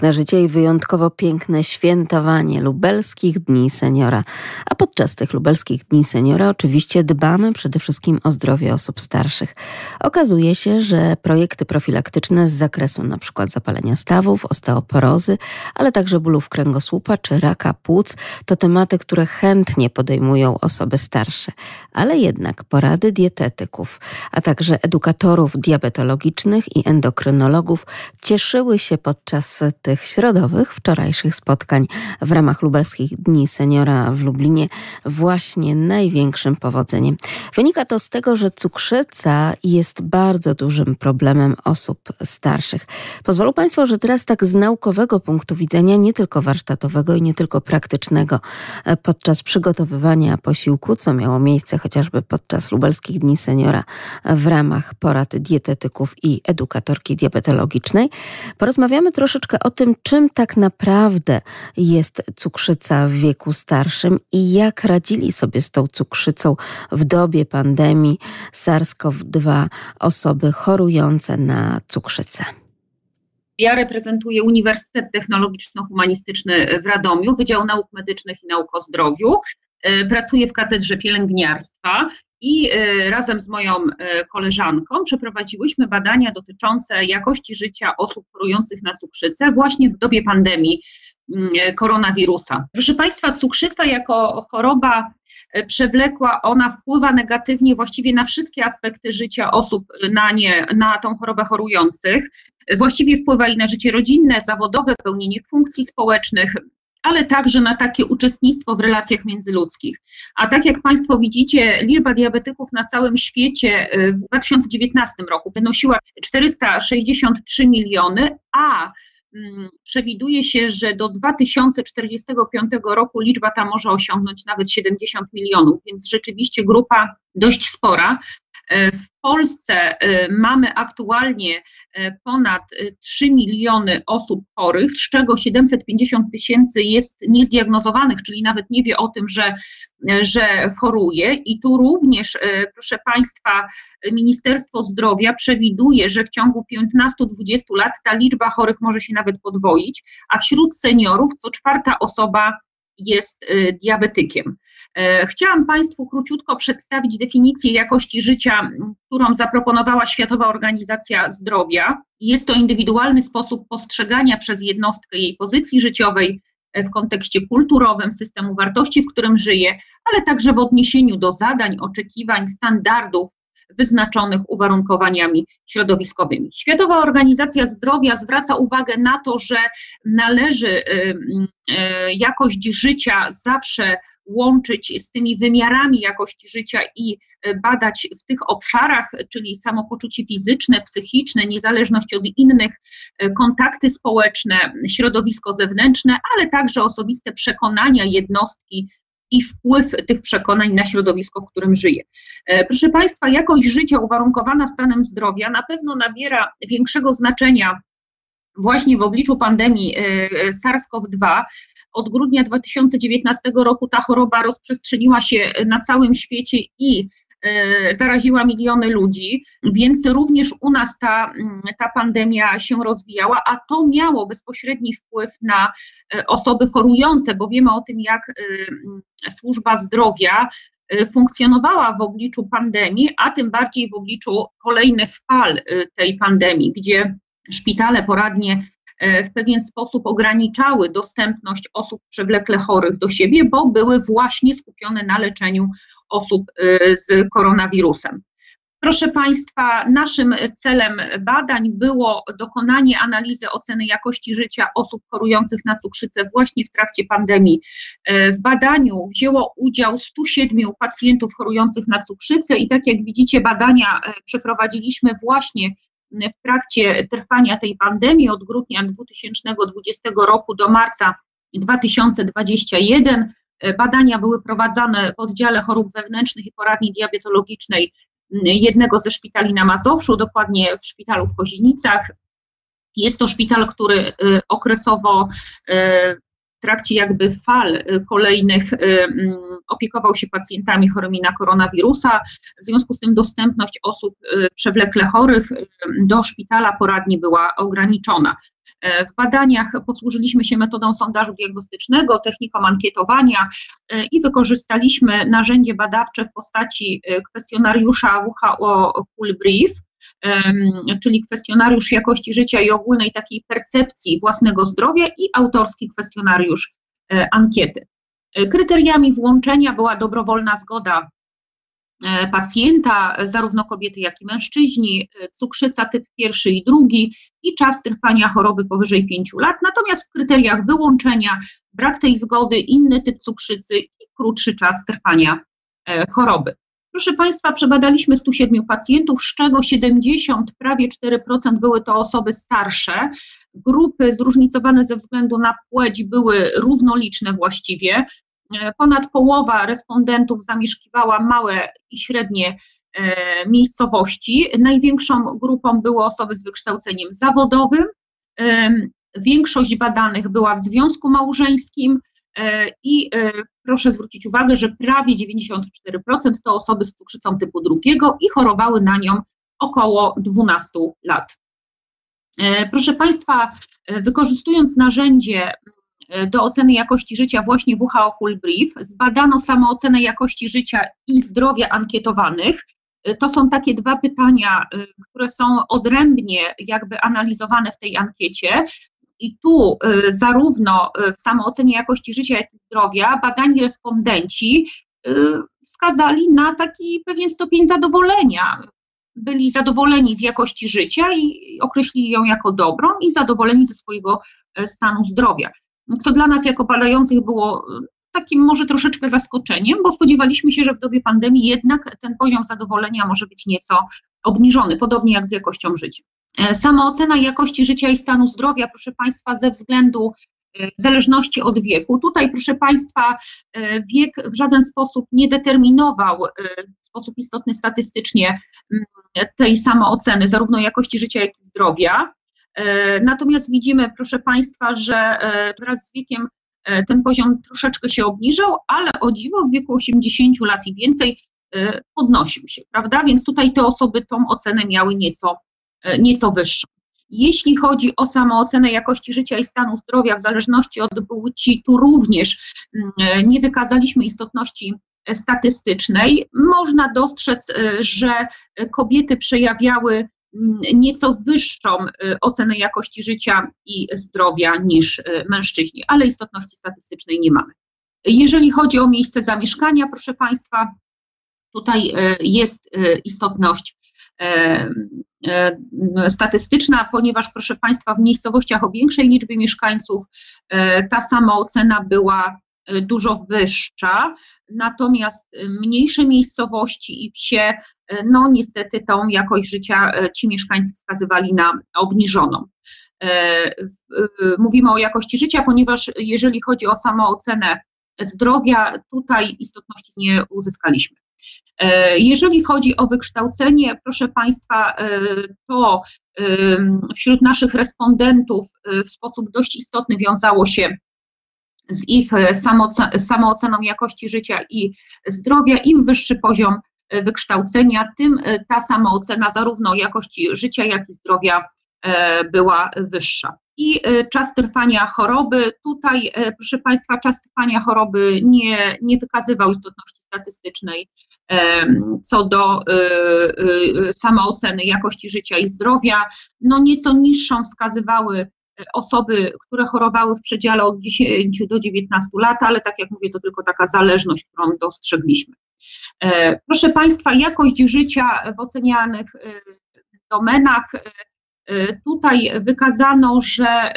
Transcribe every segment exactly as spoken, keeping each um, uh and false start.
piękne życie i wyjątkowo piękne świętowanie lubelskich Dni Seniora. A podczas tych lubelskich Dni Seniora oczywiście dbamy przede wszystkim o zdrowie osób starszych. Okazuje się, że projekty profilaktyczne z zakresu np. zapalenia stawów, osteoporozy, ale także bólów kręgosłupa czy raka płuc to tematy, które chętnie podejmują osoby starsze. Ale jednak porady dietetyków, a także edukatorów diabetologicznych i endokrynologów cieszyły się podczas tych środowych, wczorajszych spotkań w ramach lubelskich Dni Seniora w Lublinie właśnie największym powodzeniem. Wynika to z tego, że cukrzyca jest bardzo dużym problemem osób starszych. Pozwolą Państwo, że teraz tak z naukowego punktu widzenia, nie tylko warsztatowego i nie tylko praktycznego, podczas przygotowywania posiłku, co miało miejsce chociażby podczas lubelskich Dni Seniora w ramach porad dietetyków i edukatorki diabetologicznej, porozmawiamy troszeczkę o tym, czym tak naprawdę jest cukrzyca w wieku starszym i jak radzili sobie z tą cukrzycą w dobie pandemii SARS-CoV dwa osoby chorujące na cukrzycę. Ja reprezentuję Uniwersytet Technologiczno-Humanistyczny w Radomiu, Wydział Nauk Medycznych i Nauk o Zdrowiu. Pracuję w katedrze pielęgniarstwa i razem z moją koleżanką przeprowadziłyśmy badania dotyczące jakości życia osób chorujących na cukrzycę właśnie w dobie pandemii koronawirusa. Proszę Państwa, cukrzyca jako choroba przewlekła, ona wpływa negatywnie właściwie na wszystkie aspekty życia osób na, nie, na tą chorobę chorujących. Właściwie wpływa i na życie rodzinne, zawodowe, pełnienie funkcji społecznych, ale także na takie uczestnictwo w relacjach międzyludzkich. A tak jak Państwo widzicie, liczba diabetyków na całym świecie w dwa tysiące dziewiętnastym roku wynosiła czterysta sześćdziesiąt trzy miliony, a przewiduje się, że do dwa tysiące czterdziestego piątego roku liczba ta może osiągnąć nawet siedemdziesiąt milionów, więc rzeczywiście grupa dość spora. W Polsce mamy aktualnie ponad trzy miliony osób chorych, z czego siedemset pięćdziesiąt tysięcy jest niezdiagnozowanych, czyli nawet nie wie o tym, że, że choruje. I tu również, proszę Państwa, Ministerstwo Zdrowia przewiduje, że w ciągu piętnastu do dwudziestu lat ta liczba chorych może się nawet podwoić, a wśród seniorów co czwarta osoba jest diabetykiem. Chciałam Państwu króciutko przedstawić definicję jakości życia, którą zaproponowała Światowa Organizacja Zdrowia. Jest to indywidualny sposób postrzegania przez jednostkę jej pozycji życiowej w kontekście kulturowym, systemu wartości, w którym żyje, ale także w odniesieniu do zadań, oczekiwań, standardów wyznaczonych uwarunkowaniami środowiskowymi. Światowa Organizacja Zdrowia zwraca uwagę na to, że należy jakość życia zawsze łączyć z tymi wymiarami jakości życia i badać w tych obszarach, czyli samopoczucie fizyczne, psychiczne, niezależność od innych, kontakty społeczne, środowisko zewnętrzne, ale także osobiste przekonania jednostki i wpływ tych przekonań na środowisko, w którym żyje. Proszę Państwa, jakość życia uwarunkowana stanem zdrowia na pewno nabiera większego znaczenia właśnie w obliczu pandemii SARS-CoV dwa. Od grudnia dwa tysiące dziewiętnastego roku ta choroba rozprzestrzeniła się na całym świecie i zaraziła miliony ludzi, więc również u nas ta, ta pandemia się rozwijała, a to miało bezpośredni wpływ na osoby chorujące, bo wiemy o tym, jak służba zdrowia funkcjonowała w obliczu pandemii, a tym bardziej w obliczu kolejnych fal tej pandemii, gdzie szpitale poradnie w pewien sposób ograniczały dostępność osób przewlekle chorych do siebie, bo były właśnie skupione na leczeniu osób z koronawirusem. Proszę Państwa, naszym celem badań było dokonanie analizy oceny jakości życia osób chorujących na cukrzycę właśnie w trakcie pandemii. W badaniu wzięło udział stu siedmiu pacjentów chorujących na cukrzycę i tak jak widzicie, badania przeprowadziliśmy właśnie w trakcie trwania tej pandemii od grudnia dwa tysiące dwudziestego roku do marca dwa tysiące dwudziestego pierwszego. Badania były prowadzone w oddziale chorób wewnętrznych i poradni diabetologicznej jednego ze szpitali na Mazowszu, dokładnie w szpitalu w Kozienicach. Jest to szpital, który okresowo w trakcie jakby fal kolejnych opiekował się pacjentami chorymi na koronawirusa. W związku z tym dostępność osób przewlekle chorych do szpitala poradni była ograniczona. W badaniach posłużyliśmy się metodą sondażu diagnostycznego, techniką ankietowania i wykorzystaliśmy narzędzie badawcze w postaci kwestionariusza W H O Cool Brief, czyli kwestionariusz jakości życia i ogólnej takiej percepcji własnego zdrowia i autorski kwestionariusz ankiety. Kryteriami włączenia była dobrowolna zgoda pacjenta, zarówno kobiety, jak i mężczyźni, cukrzyca typ pierwszy i drugi i czas trwania choroby powyżej pięciu lat, natomiast w kryteriach wyłączenia brak tej zgody, inny typ cukrzycy i krótszy czas trwania choroby. Proszę Państwa, przebadaliśmy stu siedmiu pacjentów, z czego siedemdziesiąt, prawie cztery procent były to osoby starsze. Grupy zróżnicowane ze względu na płeć były równoliczne właściwie. Ponad połowa respondentów zamieszkiwała małe i średnie e, miejscowości. Największą grupą były osoby z wykształceniem zawodowym. E, większość badanych była w związku małżeńskim e, i e, proszę zwrócić uwagę, że prawie dziewięćdziesiąt cztery procent to osoby z cukrzycą typu drugiego i chorowały na nią około dwunastu lat. E, proszę Państwa, e, wykorzystując narzędzie do oceny jakości życia właśnie W H O Cool Brief, zbadano samoocenę jakości życia i zdrowia ankietowanych. To są takie dwa pytania, które są odrębnie jakby analizowane w tej ankiecie i tu zarówno w samoocenie jakości życia, jak i zdrowia badani respondenci wskazali na taki pewien stopień zadowolenia. Byli zadowoleni z jakości życia i określili ją jako dobrą i zadowoleni ze swojego stanu zdrowia. Co dla nas jako badających było takim może troszeczkę zaskoczeniem, bo spodziewaliśmy się, że w dobie pandemii jednak ten poziom zadowolenia może być nieco obniżony, podobnie jak z jakością życia. Samoocena jakości życia i stanu zdrowia, proszę Państwa, ze względu, w zależności od wieku. Tutaj, proszę Państwa, wiek w żaden sposób nie determinował w sposób istotny statystycznie tej samooceny, zarówno jakości życia, jak i zdrowia. Natomiast widzimy, proszę Państwa, że wraz z wiekiem ten poziom troszeczkę się obniżał, ale o dziwo w wieku osiemdziesięciu lat i więcej podnosił się, prawda? Więc tutaj te osoby tą ocenę miały nieco, nieco wyższą. Jeśli chodzi o samoocenę jakości życia i stanu zdrowia w zależności od płci, tu również nie wykazaliśmy istotności statystycznej. Można dostrzec, że kobiety przejawiały nieco wyższą ocenę jakości życia i zdrowia niż mężczyźni, ale istotności statystycznej nie mamy. Jeżeli chodzi o miejsce zamieszkania, proszę Państwa, tutaj jest istotność statystyczna, ponieważ, proszę Państwa, w miejscowościach o większej liczbie mieszkańców ta samoocena była dużo wyższa, natomiast mniejsze miejscowości i wsie, no niestety tą jakość życia ci mieszkańcy wskazywali na obniżoną. Mówimy o jakości życia, ponieważ jeżeli chodzi o samoocenę zdrowia, tutaj istotności nie uzyskaliśmy. Jeżeli chodzi o wykształcenie, proszę Państwa, to wśród naszych respondentów w sposób dość istotny wiązało się z ich samooceną jakości życia i zdrowia. Im wyższy poziom wykształcenia, tym ta samoocena zarówno jakości życia, jak i zdrowia była wyższa. I czas trwania choroby, tutaj, proszę Państwa, czas trwania choroby nie, nie wykazywał istotności statystycznej co do samooceny jakości życia i zdrowia. No nieco niższą wskazywały osoby, które chorowały w przedziale od dziesięciu do dziewiętnastu lat, ale tak jak mówię, to tylko taka zależność, którą dostrzegliśmy. Proszę Państwa, jakość życia w ocenianych domenach. Tutaj wykazano, że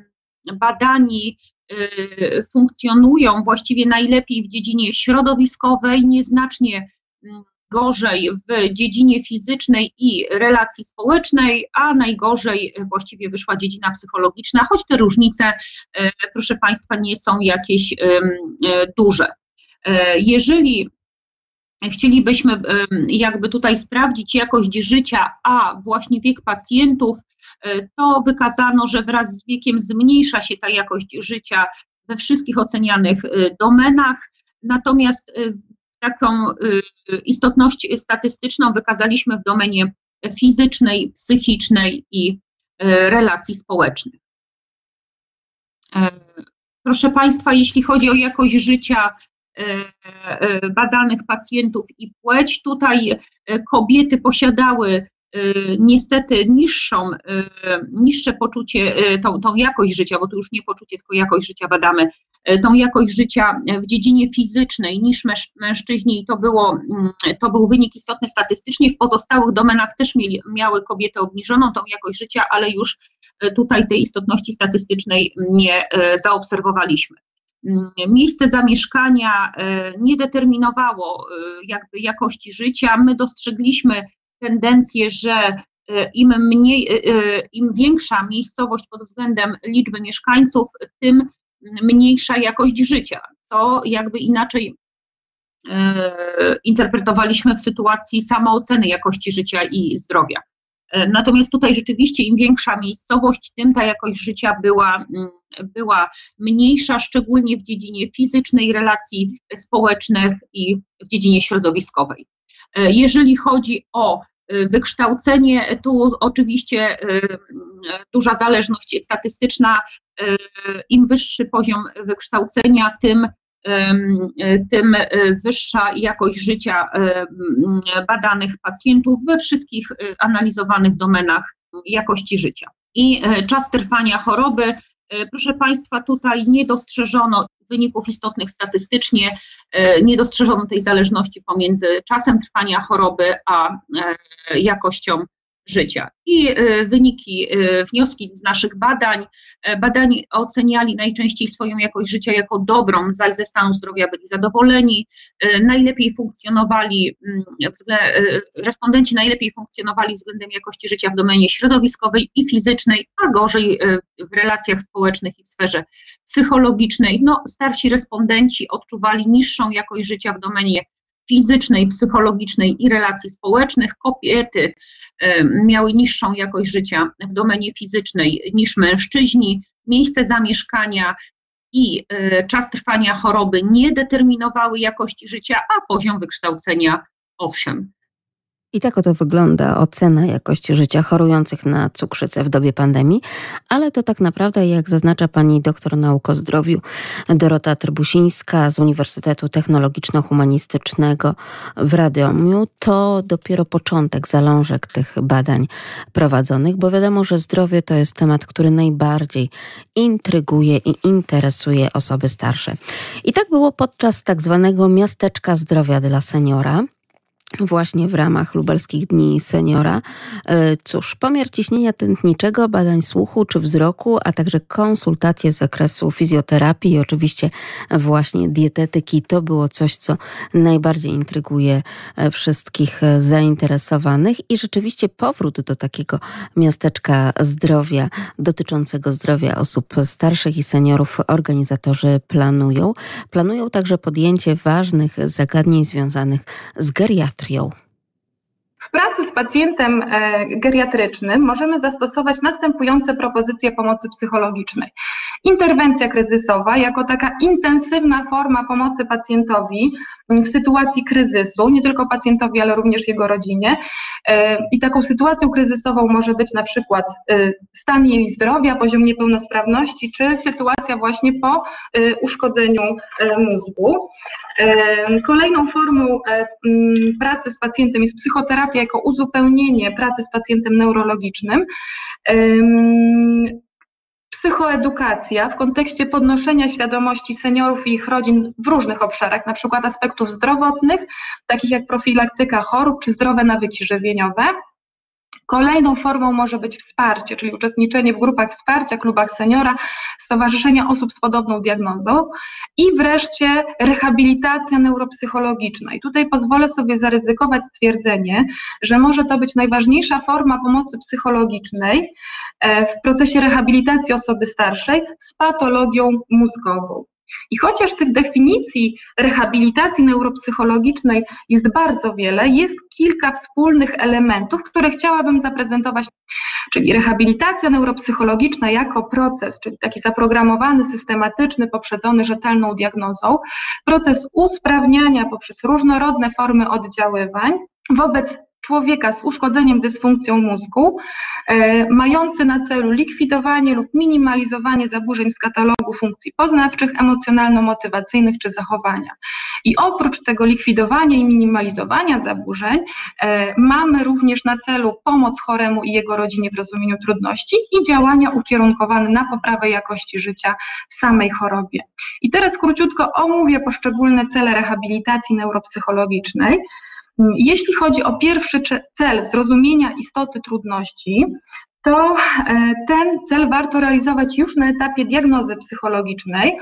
badani funkcjonują właściwie najlepiej w dziedzinie środowiskowej, nieznacznie gorzej w dziedzinie fizycznej i relacji społecznej, a najgorzej właściwie wyszła dziedzina psychologiczna, choć te różnice, proszę Państwa, nie są jakieś duże. Jeżeli chcielibyśmy jakby tutaj sprawdzić jakość życia, a właśnie wiek pacjentów, to wykazano, że wraz z wiekiem zmniejsza się ta jakość życia we wszystkich ocenianych domenach, natomiast taką istotność statystyczną wykazaliśmy w domenie fizycznej, psychicznej i relacji społecznych. Proszę Państwa, jeśli chodzi o jakość życia badanych pacjentów i płeć, tutaj kobiety posiadały niestety niższą, niższe poczucie, tą, tą jakość życia, bo tu już nie poczucie, tylko jakość życia badamy, tą jakość życia w dziedzinie fizycznej niż mężczyźni i to, było, to był wynik istotny statystycznie. W pozostałych domenach też mieli, miały kobiety obniżoną tą jakość życia, ale już tutaj tej istotności statystycznej nie zaobserwowaliśmy. Miejsce zamieszkania nie determinowało jakby jakości życia. My dostrzegliśmy tendencję, że im mniej, im większa miejscowość pod względem liczby mieszkańców, tym mniejsza jakość życia, co jakby inaczej interpretowaliśmy w sytuacji samooceny jakości życia i zdrowia. Natomiast tutaj rzeczywiście im większa miejscowość, tym ta jakość życia była, była mniejsza, szczególnie w dziedzinie fizycznej, relacji społecznych i w dziedzinie środowiskowej. Jeżeli chodzi o wykształcenie, tu oczywiście duża zależność statystyczna, im wyższy poziom wykształcenia, tym, tym wyższa jakość życia badanych pacjentów we wszystkich analizowanych domenach jakości życia. I czas trwania choroby. Proszę Państwa, tutaj nie dostrzeżono wyników istotnych statystycznie, nie dostrzeżono tej zależności pomiędzy czasem trwania choroby a jakością życia. I wyniki, wnioski z naszych badań. Badani oceniali najczęściej swoją jakość życia jako dobrą, zaś ze stanu zdrowia byli zadowoleni. Najlepiej funkcjonowali, respondenci najlepiej funkcjonowali względem jakości życia w domenie środowiskowej i fizycznej, a gorzej w relacjach społecznych i w sferze psychologicznej. No, starsi respondenci odczuwali niższą jakość życia w domenie fizycznej, psychologicznej i relacji społecznych. Kobiety miały niższą jakość życia w domenie fizycznej niż mężczyźni. Miejsce zamieszkania i czas trwania choroby nie determinowały jakości życia, a poziom wykształcenia owszem. I tak oto wygląda ocena jakości życia chorujących na cukrzycę w dobie pandemii, ale to tak naprawdę, jak zaznacza pani doktor nauk o zdrowiu Dorota Trybusińska z Uniwersytetu Technologiczno-Humanistycznego w Radomiu, to dopiero początek, zalążek tych badań prowadzonych, bo wiadomo, że zdrowie to jest temat, który najbardziej intryguje i interesuje osoby starsze. I tak było podczas tak zwanego Miasteczka Zdrowia dla Seniora, właśnie w ramach Lubelskich Dni Seniora. Cóż, pomiar ciśnienia tętniczego, badań słuchu czy wzroku, a także konsultacje z zakresu fizjoterapii i oczywiście właśnie dietetyki, to było coś, co najbardziej intryguje wszystkich zainteresowanych i rzeczywiście powrót do takiego miasteczka zdrowia, dotyczącego zdrowia osób starszych i seniorów organizatorzy planują. Planują także podjęcie ważnych zagadnień związanych z geriatrią. W pracy z pacjentem geriatrycznym możemy zastosować następujące propozycje pomocy psychologicznej. Interwencja kryzysowa jako taka intensywna forma pomocy pacjentowi w sytuacji kryzysu, nie tylko pacjentowi, ale również jego rodzinie. I taką sytuacją kryzysową może być na przykład stan jej zdrowia, poziom niepełnosprawności, czy sytuacja właśnie po uszkodzeniu mózgu. Kolejną formą pracy z pacjentem jest psychoterapia jako uzupełnienie pracy z pacjentem neurologicznym. Psychoedukacja w kontekście podnoszenia świadomości seniorów i ich rodzin w różnych obszarach, na przykład aspektów zdrowotnych, takich jak profilaktyka chorób czy zdrowe nawyki żywieniowe. Kolejną formą może być wsparcie, czyli uczestniczenie w grupach wsparcia, klubach seniora, stowarzyszenia osób z podobną diagnozą i wreszcie rehabilitacja neuropsychologiczna. I tutaj pozwolę sobie zaryzykować stwierdzenie, że może to być najważniejsza forma pomocy psychologicznej w procesie rehabilitacji osoby starszej z patologią mózgową. I chociaż tych definicji rehabilitacji neuropsychologicznej jest bardzo wiele, jest kilka wspólnych elementów, które chciałabym zaprezentować. Czyli rehabilitacja neuropsychologiczna jako proces, czyli taki zaprogramowany, systematyczny, poprzedzony rzetelną diagnozą, proces usprawniania poprzez różnorodne formy oddziaływań wobec człowieka z uszkodzeniem, dysfunkcją mózgu, e, mający na celu likwidowanie lub minimalizowanie zaburzeń z katalogu funkcji poznawczych, emocjonalno-motywacyjnych czy zachowania. I oprócz tego likwidowania i minimalizowania zaburzeń e, mamy również na celu pomoc choremu i jego rodzinie w rozumieniu trudności i działania ukierunkowane na poprawę jakości życia w samej chorobie. I teraz króciutko omówię poszczególne cele rehabilitacji neuropsychologicznej. Jeśli chodzi o pierwszy cel zrozumienia istoty trudności, to ten cel warto realizować już na etapie diagnozy psychologicznej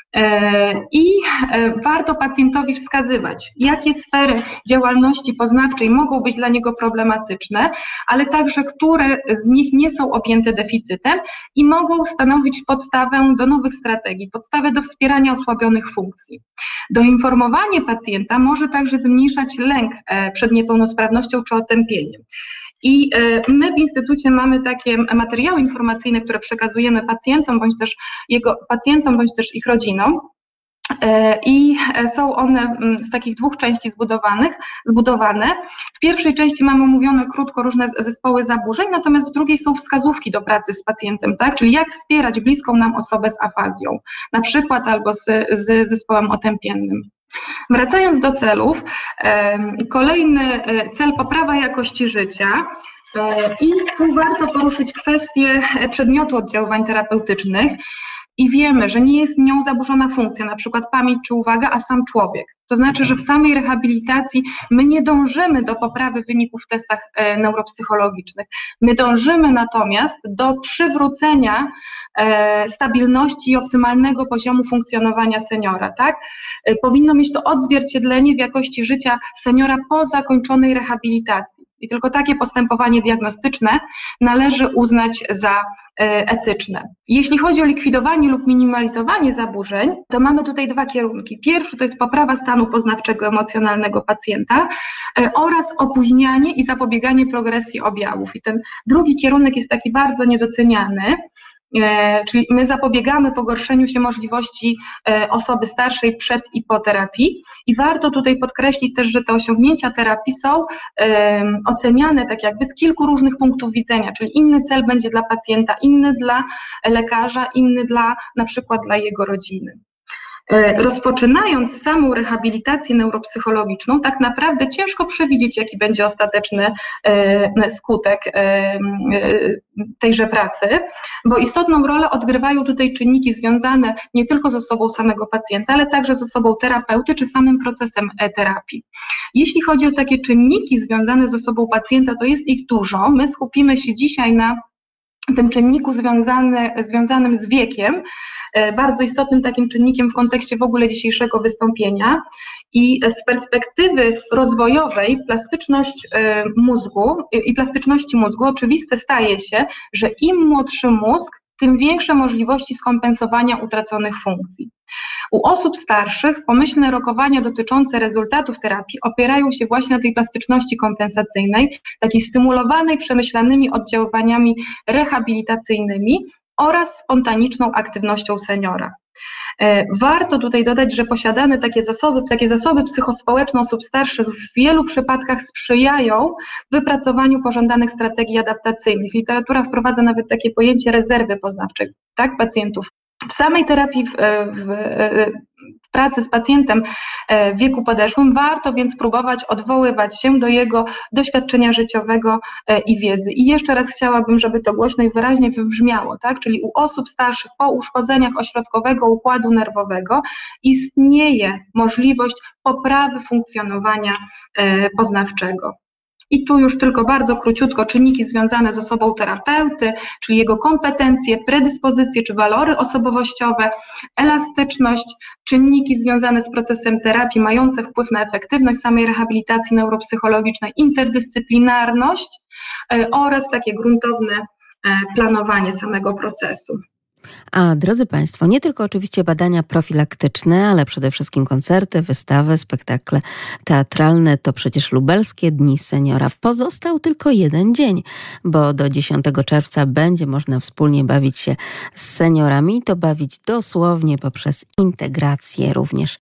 i warto pacjentowi wskazywać, jakie sfery działalności poznawczej mogą być dla niego problematyczne, ale także które z nich nie są objęte deficytem i mogą stanowić podstawę do nowych strategii, podstawę do wspierania osłabionych funkcji. Doinformowanie pacjenta może także zmniejszać lęk przed niepełnosprawnością czy otępieniem. I my w Instytucie mamy takie materiały informacyjne, które przekazujemy pacjentom, bądź też jego pacjentom, bądź też ich rodzinom. I są one z takich dwóch części zbudowanych, zbudowane. W pierwszej części mamy omówione krótko różne zespoły zaburzeń, natomiast w drugiej są wskazówki do pracy z pacjentem, tak? Czyli jak wspierać bliską nam osobę z afazją, na przykład albo z, z zespołem otępiennym. Wracając do celów, kolejny cel poprawa jakości życia. I tu warto poruszyć kwestię przedmiotu oddziaływań terapeutycznych. I wiemy, że nie jest nią zaburzona funkcja, na przykład pamięć czy uwaga, a sam człowiek. To znaczy, że w samej rehabilitacji my nie dążymy do poprawy wyników w testach e, neuropsychologicznych. My dążymy natomiast do przywrócenia e, stabilności i optymalnego poziomu funkcjonowania seniora. Tak? E, powinno mieć to odzwierciedlenie w jakości życia seniora po zakończonej rehabilitacji. I tylko takie postępowanie diagnostyczne należy uznać za etyczne. Jeśli chodzi o likwidowanie lub minimalizowanie zaburzeń, to mamy tutaj dwa kierunki. Pierwszy to jest poprawa stanu poznawczego, emocjonalnego pacjenta oraz opóźnianie i zapobieganie progresji objawów. I ten drugi kierunek jest taki bardzo niedoceniany. Czyli my zapobiegamy pogorszeniu się możliwości osoby starszej przed i po terapii i warto tutaj podkreślić też, że te osiągnięcia terapii są oceniane tak jakby z kilku różnych punktów widzenia, czyli inny cel będzie dla pacjenta, inny dla lekarza, inny dla na przykład dla jego rodziny. Rozpoczynając samą rehabilitację neuropsychologiczną, tak naprawdę ciężko przewidzieć, jaki będzie ostateczny skutek tejże pracy, bo istotną rolę odgrywają tutaj czynniki związane nie tylko z osobą samego pacjenta, ale także z osobą terapeuty czy samym procesem terapii. Jeśli chodzi o takie czynniki związane z osobą pacjenta, to jest ich dużo. My skupimy się dzisiaj na tym czynniku związany, związanym z wiekiem, bardzo istotnym takim czynnikiem w kontekście w ogóle dzisiejszego wystąpienia i z perspektywy rozwojowej plastyczność mózgu i plastyczności mózgu oczywiste staje się, że im młodszy mózg, tym większe możliwości skompensowania utraconych funkcji. U osób starszych pomyślne rokowania dotyczące rezultatów terapii opierają się właśnie na tej plastyczności kompensacyjnej, takiej stymulowanej przemyślanymi oddziaływaniami rehabilitacyjnymi oraz spontaniczną aktywnością seniora. Warto tutaj dodać, że posiadane takie zasoby, takie zasoby psychospołeczne osób starszych w wielu przypadkach sprzyjają wypracowaniu pożądanych strategii adaptacyjnych. Literatura wprowadza nawet takie pojęcie rezerwy poznawczej, tak, pacjentów. W samej terapii, w, w, w pracy z pacjentem w wieku podeszłym warto więc próbować odwoływać się do jego doświadczenia życiowego i wiedzy. I jeszcze raz chciałabym, żeby to głośno i wyraźnie wybrzmiało, tak? Czyli u osób starszych po uszkodzeniach ośrodkowego układu nerwowego istnieje możliwość poprawy funkcjonowania poznawczego. I tu już tylko bardzo króciutko czynniki związane z osobą terapeuty, czyli jego kompetencje, predyspozycje czy walory osobowościowe, elastyczność, czynniki związane z procesem terapii mające wpływ na efektywność samej rehabilitacji neuropsychologicznej, interdyscyplinarność oraz takie gruntowne planowanie samego procesu. A drodzy Państwo, nie tylko oczywiście badania profilaktyczne, ale przede wszystkim koncerty, wystawy, spektakle teatralne to przecież Lubelskie Dni Seniora. Pozostał tylko jeden dzień, bo do dziesiątego czerwca będzie można wspólnie bawić się z seniorami i to bawić dosłownie poprzez integrację również